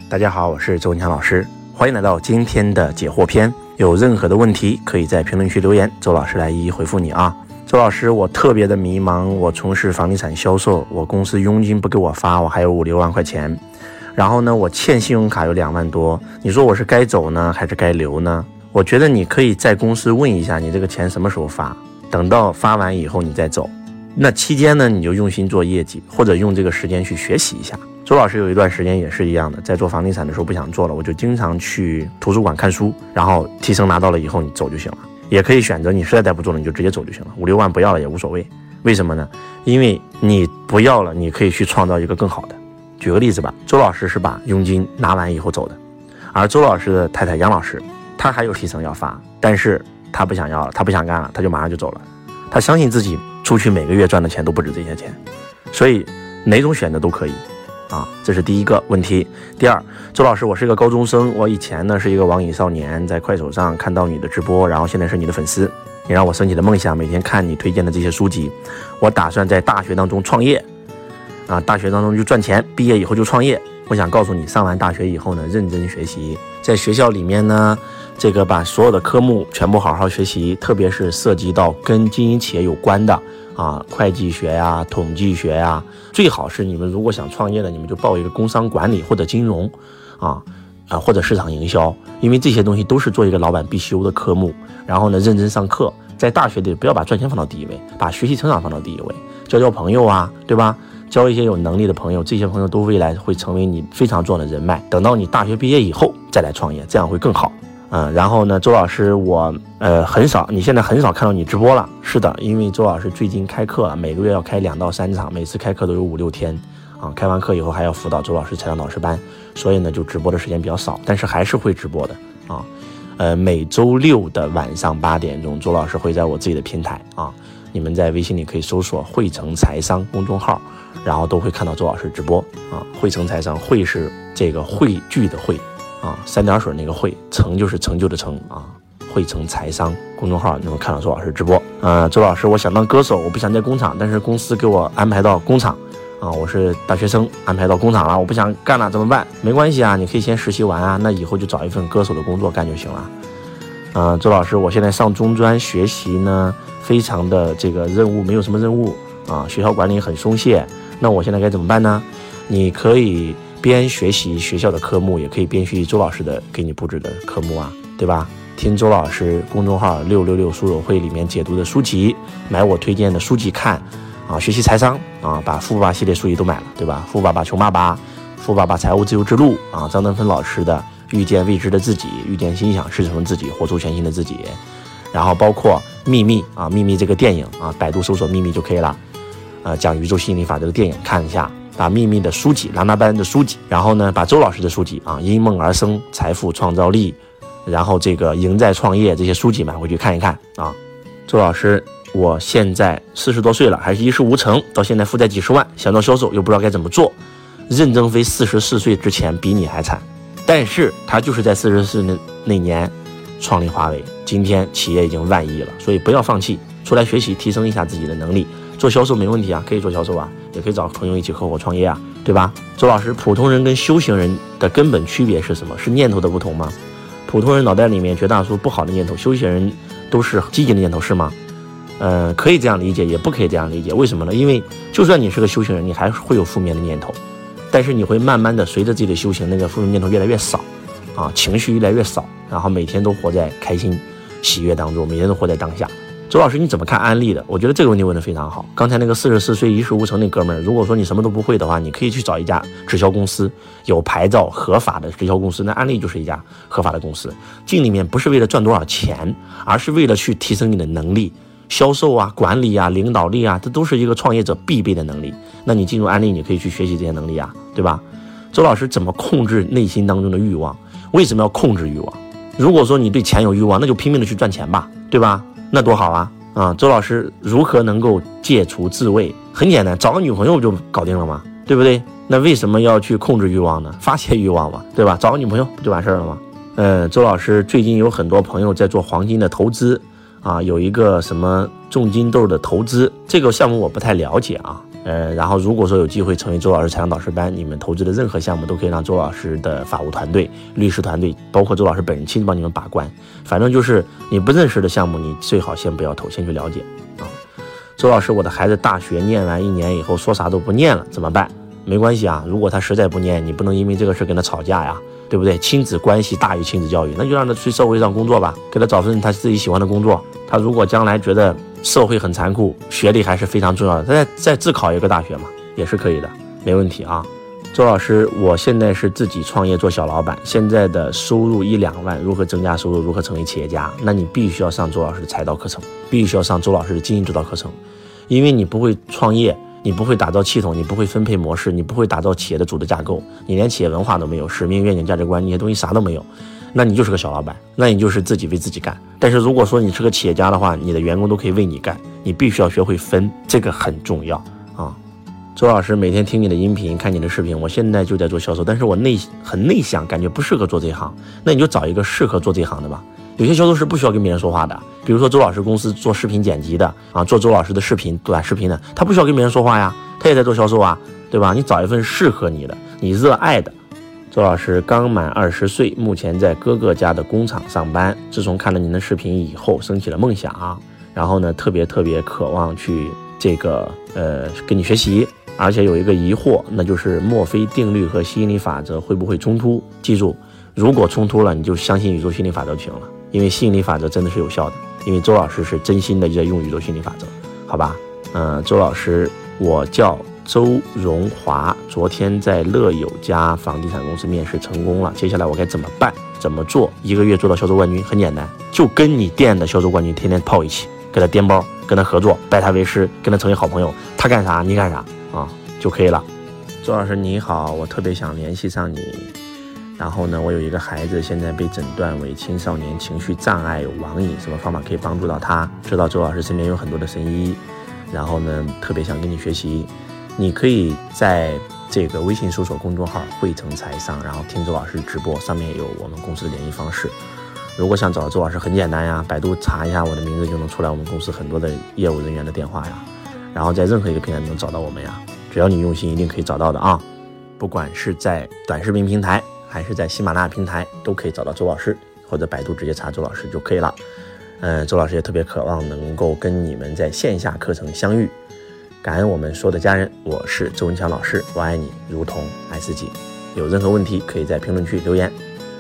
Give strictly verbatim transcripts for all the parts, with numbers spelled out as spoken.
大家好，我是周文强老师，欢迎来到今天的解惑篇。有任何的问题可以在评论区留言，周老师来一一回复你啊。周老师，我特别的迷茫，我从事房地产销售，我公司佣金不给我发，我还有五六万块钱，然后呢，我欠信用卡有两万多，你说我是该走呢，还是该留呢？我觉得你可以在公司问一下，你这个钱什么时候发，等到发完以后你再走。那期间呢，你就用心做业绩，或者用这个时间去学习一下。周老师有一段时间也是一样的，在做房地产的时候不想做了，我就经常去图书馆看书，然后提成拿到了以后你走就行了。也可以选择你实在待不住了，你就直接走就行了，五六万不要了也无所谓。为什么呢？因为你不要了，你可以去创造一个更好的。举个例子吧，周老师是把佣金拿完以后走的，而周老师的太太杨老师，他还有提成要发，但是他不想要了，他不想干了，他就马上就走了。他相信自己出去每个月赚的钱都不止这些钱，所以哪种选择都可以啊，这是第一个问题。第二，周老师，我是一个高中生，我以前呢是一个网瘾少年，在快手上看到你的直播，然后现在是你的粉丝，你让我升起了梦想，每天看你推荐的这些书籍，我打算在大学当中创业啊，大学当中就赚钱，毕业以后就创业。我想告诉你，上完大学以后呢，认真学习，在学校里面呢，这个把所有的科目全部好好学习，特别是涉及到跟经营企业有关的啊，会计学呀、统计学呀，最好是你们如果想创业的，你们就报一个工商管理或者金融啊啊或者市场营销，因为这些东西都是做一个老板必修的科目。然后呢，认真上课，在大学里不要把赚钱放到第一位，把学习成长放到第一位，交交朋友啊，对吧？交一些有能力的朋友，这些朋友都未来会成为你非常重要的人脉。等到你大学毕业以后再来创业，这样会更好。嗯，然后呢，周老师，我呃很少，你现在很少看到你直播了。是的，因为周老师最近开课了，每个月要开两到三场，每次开课都有五六天啊。开完课以后还要辅导周老师财商导师班，所以呢就直播的时间比较少，但是还是会直播的啊。呃，每周六的晚上八点钟，周老师会在我自己的平台啊，你们在微信里可以搜索“汇成财商”公众号，然后都会看到周老师直播啊。汇成财商，汇是这个汇聚的汇啊，三点水那个汇，成就是成就的成啊。汇成财商公众号能够看到周老师直播。呃，周老师，我想当歌手，我不想在工厂，但是公司给我安排到工厂啊，我是大学生，安排到工厂了，我不想干了，怎么办？没关系啊，你可以先实习完啊，那以后就找一份歌手的工作干就行了。呃，周老师，我现在上中专学习呢，非常的这个任务没有什么任务啊，学校管理很松懈，那我现在该怎么办呢？你可以边学习学校的科目，也可以边学习周老师的给你布置的科目啊，对吧？听周老师公众号六六六书友会里面解读的书籍，买我推荐的书籍看啊，学习财商啊，把富爸爸系列书籍都买了，对吧？富爸爸穷爸爸，富爸爸财务自由之路啊，张登芬老师的遇见未知的自己，遇见心想事成自己，活出全新的自己。然后包括秘密啊，秘密这个电影啊，百度搜索秘密就可以了，呃，讲宇宙吸引力法则的电影看一下，把秘密的书籍，兰纳班的书籍，然后呢，把周老师的书籍啊，因梦而生，财富创造力，然后这个赢在创业这些书籍买回去看一看啊。周老师，我现在四十多岁了，还是一事无成，到现在负债几十万，想做销售又不知道该怎么做。任正非四十四岁之前比你还惨，但是他就是在四十四那那年创立华为，今天企业已经万亿了，所以不要放弃，出来学习，提升一下自己的能力。做销售没问题啊，可以做销售啊，也可以找朋友一起合伙创业啊，对吧？周老师，普通人跟修行人的根本区别是什么？是念头的不同吗？普通人脑袋里面绝大多数不好的念头，修行人都是积极的念头，是吗？呃，可以这样理解，也不可以这样理解。为什么呢？因为就算你是个修行人，你还会有负面的念头，但是你会慢慢的随着自己的修行，那个负面念头越来越少啊，情绪越来越少，然后每天都活在开心喜悦当中，每天都活在当下。周老师，你怎么看安利的？我觉得这个问题问得非常好。刚才那个四十四岁一事无成那哥们儿，如果说你什么都不会的话，你可以去找一家直销公司，有牌照合法的直销公司，那安利就是一家合法的公司。进里面不是为了赚多少钱，而是为了去提升你的能力，销售啊、管理啊、领导力啊，这都是一个创业者必备的能力。那你进入安利，你可以去学习这些能力啊，对吧？周老师，怎么控制内心当中的欲望？为什么要控制欲望？如果说你对钱有欲望，那就拼命的去赚钱吧，对吧？那多好啊！啊，周老师如何能够戒除自慰？很简单，找个女朋友就搞定了嘛，对不对？那为什么要去控制欲望呢？发泄欲望嘛，对吧？找个女朋友不就完事儿了吗？呃，周老师最近有很多朋友在做黄金的投资啊，有一个什么重金豆的投资，这个项目我不太了解啊， 呃，然后如果说有机会成为周老师财商导师班，你们投资的任何项目都可以让周老师的法务团队、律师团队，包括周老师本人亲自帮你们把关。反正就是你不认识的项目，你最好先不要投，先去了解啊。周老师，我的孩子大学念完一年以后说啥都不念了，怎么办？没关系啊，如果他实在不念，你不能因为这个事跟他吵架呀，对不对？亲子关系大于亲子教育，那就让他去社会上工作吧，给他找份他自己喜欢的工作。他如果将来觉得社会很残酷，学历还是非常重要的，他再再自考一个大学嘛，也是可以的，没问题啊。周老师，我现在是自己创业做小老板，现在的收入一两万，如何增加收入，如何成为企业家？那你必须要上周老师的财道课程，必须要上周老师的经营指导课程，因为你不会创业，你不会打造系统，你不会分配模式，你不会打造企业的组织架构，你连企业文化都没有，使命、愿景、价值观，那些东西啥都没有，那你就是个小老板，那你就是自己为自己干。但是如果说你是个企业家的话，你的员工都可以为你干，你必须要学会分，这个很重要啊。周老师每天听你的音频，看你的视频，我现在就在做销售，但是我内很内向，感觉不适合做这一行，那你就找一个适合做这一行的吧。有些销售是不需要跟别人说话的，比如说周老师公司做视频剪辑的啊，做周老师的视频短视频的，他不需要跟别人说话呀，他也在做销售啊，对吧？你找一份适合你的，你热爱的。周老师刚满二十岁，目前在哥哥家的工厂上班。自从看了您的视频以后，升起了梦想，然后呢，特别特别渴望去这个呃跟你学习，而且有一个疑惑，那就是墨菲定律和吸引力法则会不会冲突？记住，如果冲突了，你就相信宇宙心理法则就行了，因为吸引力法则真的是有效的。因为周老师是真心的在用宇宙心理法则，好吧？嗯、呃，周老师，我叫周荣华，昨天在乐友家房地产公司面试成功了，接下来我该怎么办？怎么做？一个月做到销售冠军很简单，就跟你店的销售冠军天天泡一起，跟他颠包，跟他合作，拜他为师，跟他成为好朋友，他干啥你干啥啊就可以了。周老师你好，我特别想联系上你。然后呢，我有一个孩子现在被诊断为青少年情绪障碍，有网瘾，什么方法可以帮助到他？知道周老师身边有很多的神医，然后呢，特别想跟你学习。你可以在这个微信搜索公众号汇成财商，然后听周老师直播，上面有我们公司的联系方式。如果想找到周老师很简单呀，百度查一下我的名字就能出来我们公司很多的业务人员的电话呀，然后在任何一个平台能找到我们呀，只要你用心一定可以找到的啊。不管是在短视频平台还是在喜马拉雅平台都可以找到周老师，或者百度直接查周老师就可以了。嗯，周老师也特别渴望能够跟你们在线下课程相遇。感恩我们所有的家人，我是周文强老师，我爱你如同爱自己。有任何问题可以在评论区留言。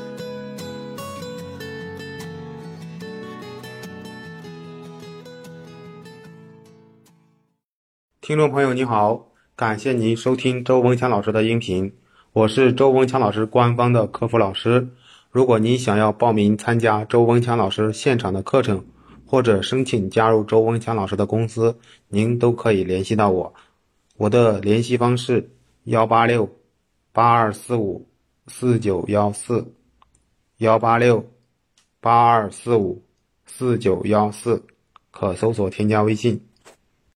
听众朋友你好，感谢您收听周文强老师的音频，我是周文强老师官方的客服老师。如果您想要报名参加周文强老师现场的课程，或者申请加入周文强老师的公司，您都可以联系到我。我的联系方式幺八六八二四五四九一四幺八六八二四五四九一四，可搜索添加微信